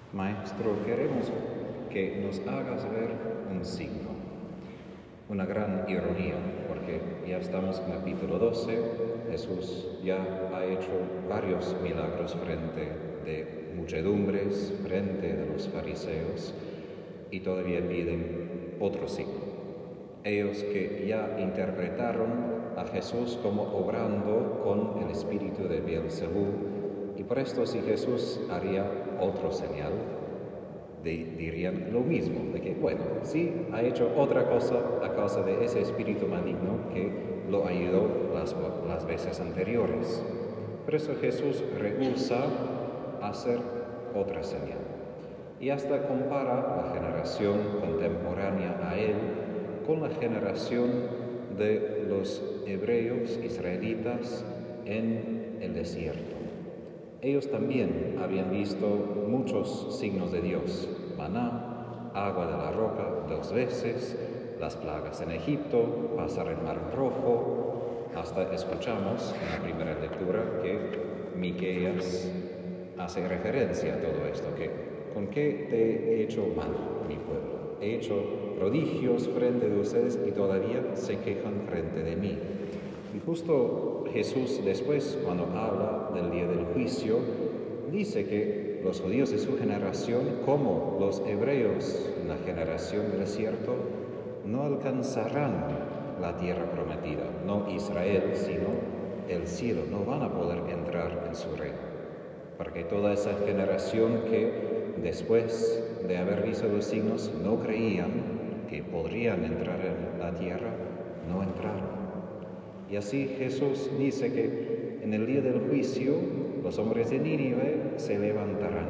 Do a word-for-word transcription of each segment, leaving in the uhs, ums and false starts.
Maestro, queremos que nos hagas ver un signo, una gran ironía, porque ya estamos en capítulo doce, Jesús ya ha hecho varios milagros frente de muchedumbres, frente de los fariseos, y todavía piden otro signo. Ellos que ya interpretaron a Jesús como obrando con el espíritu de Beelzebú, y por esto si Jesús haría otro señal, de, dirían lo mismo, de que, bueno, sí ha hecho otra cosa a causa de ese espíritu maligno que lo ayudó las, las veces anteriores. Por eso Jesús rehúsa hacer otra señal. Y hasta compara la generación contemporánea a él con la generación de los hebreos israelitas en el desierto. Ellos también habían visto muchos signos de Dios: maná, agua de la roca dos veces, las plagas en Egipto, pasar el mar rojo. Hasta escuchamos en la primera lectura que Miqueas hace referencia a todo esto, que ¿con qué te he hecho mal, mi pueblo? He hecho prodigios frente de ustedes y todavía se quejan frente de mí. Y justo Jesús después, cuando habla del día del juicio, dice que los judíos de su generación, como los hebreos en la generación del desierto, no alcanzarán la tierra prometida, no Israel, sino el cielo, no van a poder entrar en su reino. Porque toda esa generación que después de haber visto los signos no creían que podrían entrar en la tierra, no entraron. Y así Jesús dice que en el día del juicio los hombres de Nínive se levantarán.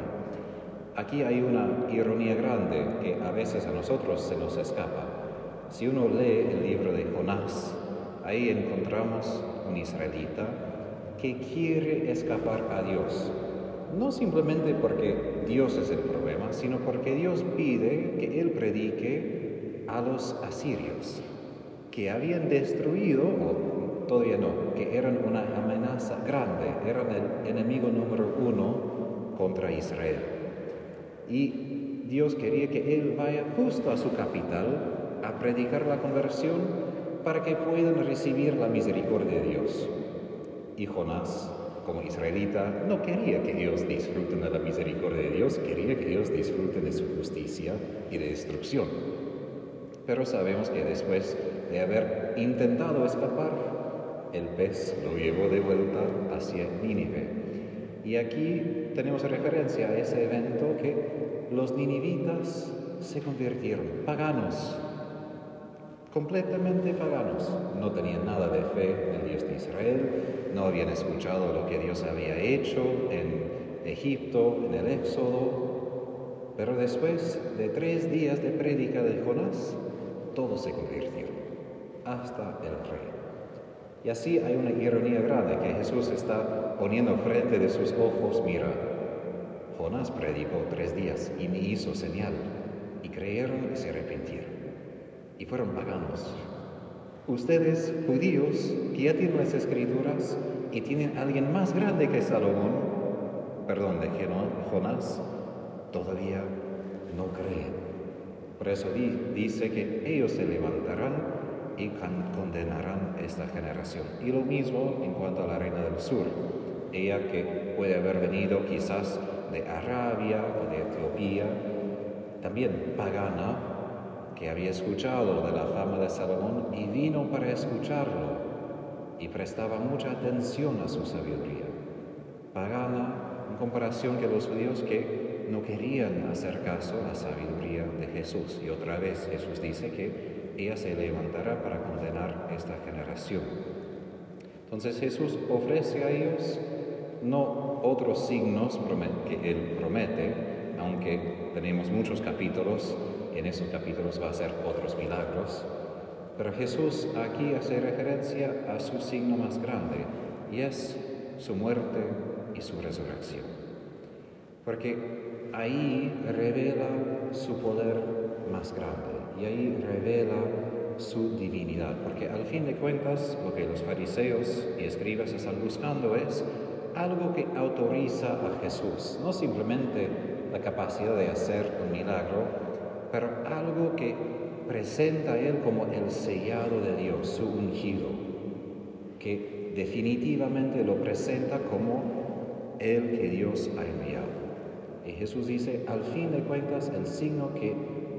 Aquí hay una ironía grande que a veces a nosotros se nos escapa. Si uno lee el libro de Jonás, ahí encontramos un israelita que quiere escapar a Dios. No simplemente porque Dios es el problema, sino porque Dios pide que él predique a los asirios, que habían destruido, o todavía no, que eran una amenaza grande, eran el enemigo número uno contra Israel. Y Dios quería que él vaya justo a su capital a predicar la conversión para que puedan recibir la misericordia de Dios. Y Jonás, como israelita, no quería que Dios disfrute de la misericordia de Dios, quería que Dios disfrute de su justicia y de destrucción. Pero sabemos que después de haber intentado escapar, el pez lo llevó de vuelta hacia Nínive. Y aquí tenemos referencia a ese evento que los ninivitas se convirtieron paganos, completamente paganos. No tenían nada de fe en el Dios de Israel, no habían escuchado lo que Dios había hecho en Egipto, en el Éxodo. Pero después de tres días de prédica de Jonás, todos se convirtieron, hasta el rey. Y así hay una ironía grande que Jesús está poniendo frente de sus ojos. Mira, Jonás predicó tres días y me hizo señal, y creyeron y se arrepintieron, y fueron paganos. Ustedes, judíos, que ya tienen las escrituras y tienen a alguien más grande que Salomón, perdón, de Jonás, todavía no creen. Por eso dice que ellos se levantarán y condenarán esta generación. Y lo mismo en cuanto a la reina del sur. Ella que puede haber venido quizás de Arabia o de Etiopía, también pagana, que había escuchado de la fama de Salomón y vino para escucharlo y prestaba mucha atención a su sabiduría. Pagana en comparación que los judíos que no querían hacer caso a la sabiduría de Jesús. Y otra vez Jesús dice que ella se levantará para condenar esta generación. Entonces Jesús ofrece a ellos no otros signos que Él promete, aunque tenemos muchos capítulos, en esos capítulos va a ser otros milagros, pero Jesús aquí hace referencia a su signo más grande, y es su muerte y su resurrección. Porque ahí revela su poder más grande, y ahí revela su divinidad, porque al fin de cuentas lo que los fariseos y escribas están buscando es algo que autoriza a Jesús, no simplemente la capacidad de hacer un milagro, pero algo que presenta a Él como el sellado de Dios, su ungido, que definitivamente lo presenta como el que Dios ha enviado. Y Jesús dice, al fin de cuentas, el signo que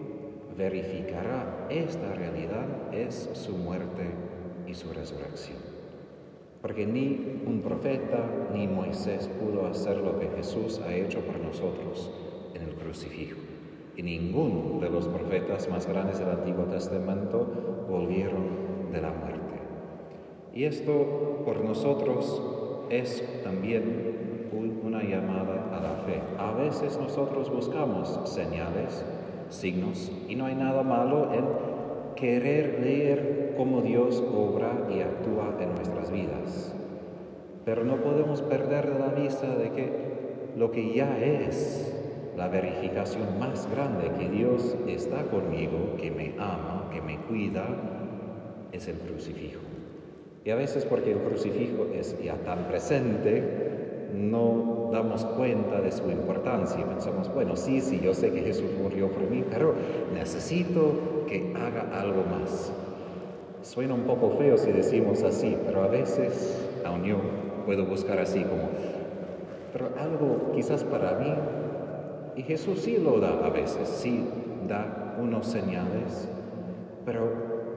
verificará esta realidad es su muerte y su resurrección. Porque ni un profeta ni Moisés pudo hacer lo que Jesús ha hecho por nosotros en el crucifijo. Y ninguno de los profetas más grandes del Antiguo Testamento volvieron de la muerte. Y esto por nosotros es también una llamada a la fe. A veces nosotros buscamos señales, signos, y no hay nada malo en querer leer cómo Dios obra y actúa en nuestras vidas. Pero no podemos perder de la vista de que lo que ya es la verificación más grande que Dios está conmigo, que me ama, que me cuida, es el crucifijo. Y a veces porque el crucifijo es ya tan presente, no damos cuenta de su importancia. Pensamos, bueno, sí, sí, yo sé que Jesús murió por mí, pero necesito que haga algo más. Suena un poco feo si decimos así, pero a veces, aún yo puedo buscar así como, pero algo quizás para mí, y Jesús sí lo da a veces, sí da unos señales, pero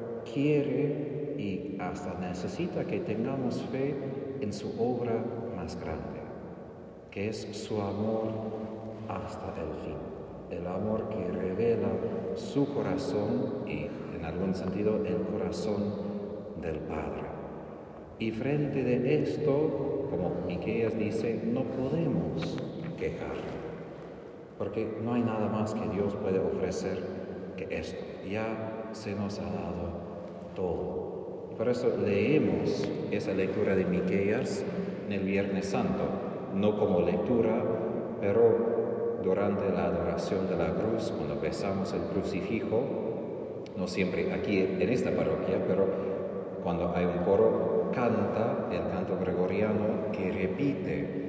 quiere y hasta necesita que tengamos fe en su obra más grande, que es su amor hasta el fin, el amor que revela su corazón y, en algún sentido, el corazón del Padre. Y frente de esto, como Miqueas dice, no podemos quejar, porque no hay nada más que Dios puede ofrecer que esto. Ya se nos ha dado todo. Y por eso leemos esa lectura de Miqueas en el Viernes Santo, no como lectura, pero durante la adoración de la cruz, cuando besamos el crucifijo, no siempre aquí en esta parroquia, pero cuando hay un coro, canta el canto gregoriano que repite: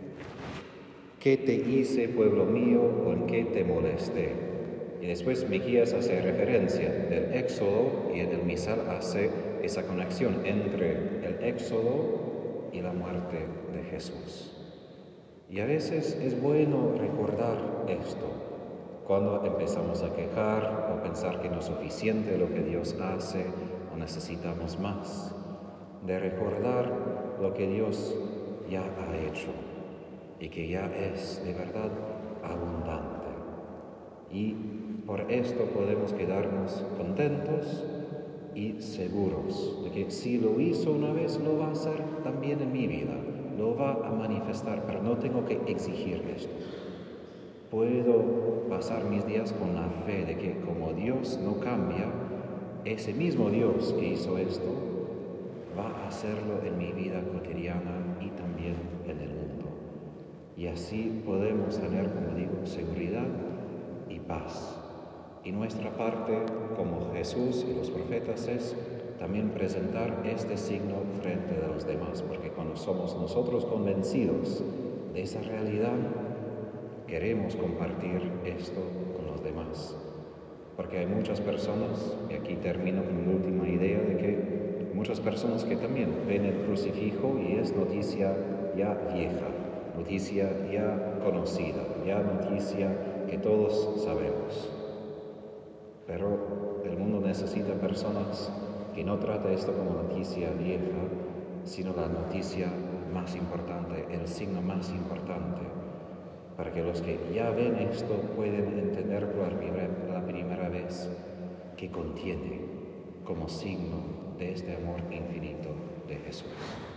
¿qué te hice, pueblo mío, con qué te molesté? Y después Miqueas hace referencia del Éxodo y en el misal hace esa conexión entre el Éxodo y la muerte de Jesús. Y a veces es bueno recordar esto cuando empezamos a quejar o pensar que no es suficiente lo que Dios hace o necesitamos más, de recordar lo que Dios ya ha hecho y que ya es de verdad abundante. Y por esto podemos quedarnos contentos y seguros de que si lo hizo una vez, lo va a hacer también en mi vida, lo va a manifestar, pero no tengo que exigir esto. Puedo pasar mis días con la fe de que como Dios no cambia, ese mismo Dios que hizo esto va a hacerlo en mi vida cotidiana y también en el mundo. Y así podemos tener, como digo, seguridad y paz. Y nuestra parte, como Jesús y los profetas, es también presentar este signo frente de los demás, porque cuando somos nosotros convencidos de esa realidad, queremos compartir esto con los demás. Porque hay muchas personas, y aquí termino con mi última idea, de que muchas personas que también ven el crucifijo y es noticia ya vieja, noticia ya conocida, ya noticia que todos sabemos. Pero el mundo necesita personas que no traten esto como noticia vieja, sino la noticia más importante, el signo más importante, para que los que ya ven esto puedan entender por la primera, la primera vez que contiene como signo de este amor infinito de Jesús.